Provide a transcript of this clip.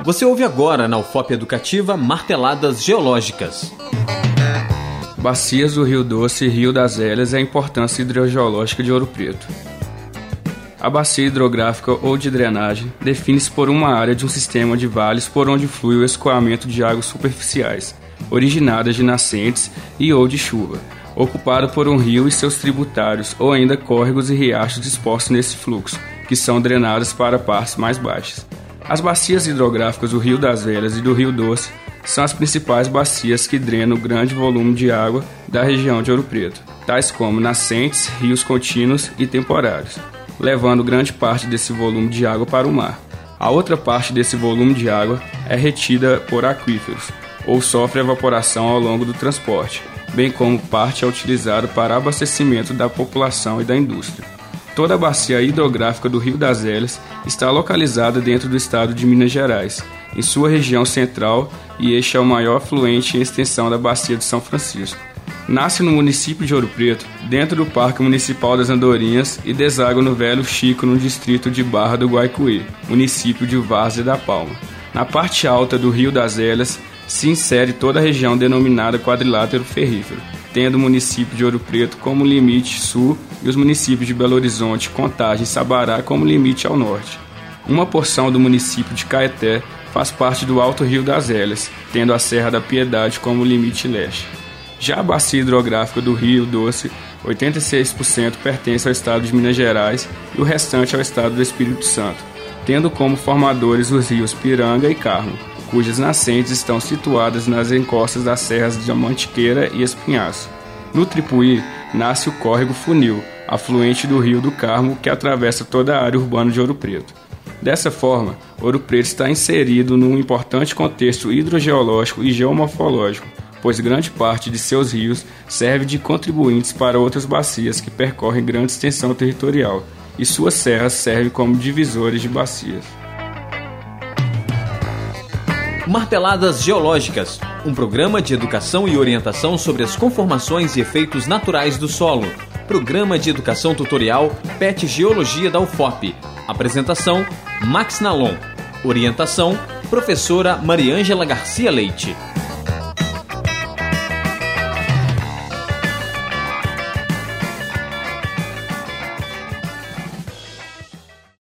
Você ouve agora na UFOP Educativa Marteladas Geológicas. Bacias do Rio Doce e Rio das Velhas e a importância hidrogeológica de Ouro Preto. A bacia hidrográfica ou de drenagem define-se por uma área de um sistema de vales por onde flui o escoamento de águas superficiais, originadas de nascentes e ou de chuva, ocupado por um rio e seus tributários, ou ainda córregos e riachos dispostos nesse fluxo, que são drenados para partes mais baixas. As bacias hidrográficas do Rio das Velhas e do Rio Doce são as principais bacias que drenam grande volume de água da região de Ouro Preto, tais como nascentes, rios contínuos e temporários, levando grande parte desse volume de água para o mar. A outra parte desse volume de água é retida por aquíferos, ou sofre evaporação ao longo do transporte, bem como parte é utilizada para abastecimento da população e da indústria. Toda a bacia hidrográfica do Rio das Velhas está localizada dentro do estado de Minas Gerais, em sua região central, e este é o maior afluente em extensão da bacia de São Francisco. Nasce no município de Ouro Preto, dentro do Parque Municipal das Andorinhas, e deságua no Velho Chico, no distrito de Barra do Guaicuí, município de Várzea da Palma. Na parte alta do Rio das Velhas se insere toda a região denominada quadrilátero ferrífero, tendo o município de Ouro Preto como limite sul e os municípios de Belo Horizonte, Contagem e Sabará como limite ao norte. Uma porção do município de Caeté faz parte do Alto Rio das Velhas, tendo a Serra da Piedade como limite leste. Já a bacia hidrográfica do Rio Doce, 86% pertence ao estado de Minas Gerais e o restante ao estado do Espírito Santo, tendo como formadores os rios Piranga e Carmo, cujas nascentes estão situadas nas encostas das serras de Mantiqueira e Espinhaço. No Tripuí, nasce o córrego Funil, afluente do Rio do Carmo, que atravessa toda a área urbana de Ouro Preto. Dessa forma, Ouro Preto está inserido num importante contexto hidrogeológico e geomorfológico, pois grande parte de seus rios serve de contribuintes para outras bacias que percorrem grande extensão territorial, e suas serras servem como divisores de bacias. Marteladas Geológicas, um programa de educação e orientação sobre as conformações e efeitos naturais do solo. Programa de educação tutorial PET Geologia da UFOP. Apresentação, Max Nalon. Orientação, professora Mariângela Garcia Leite.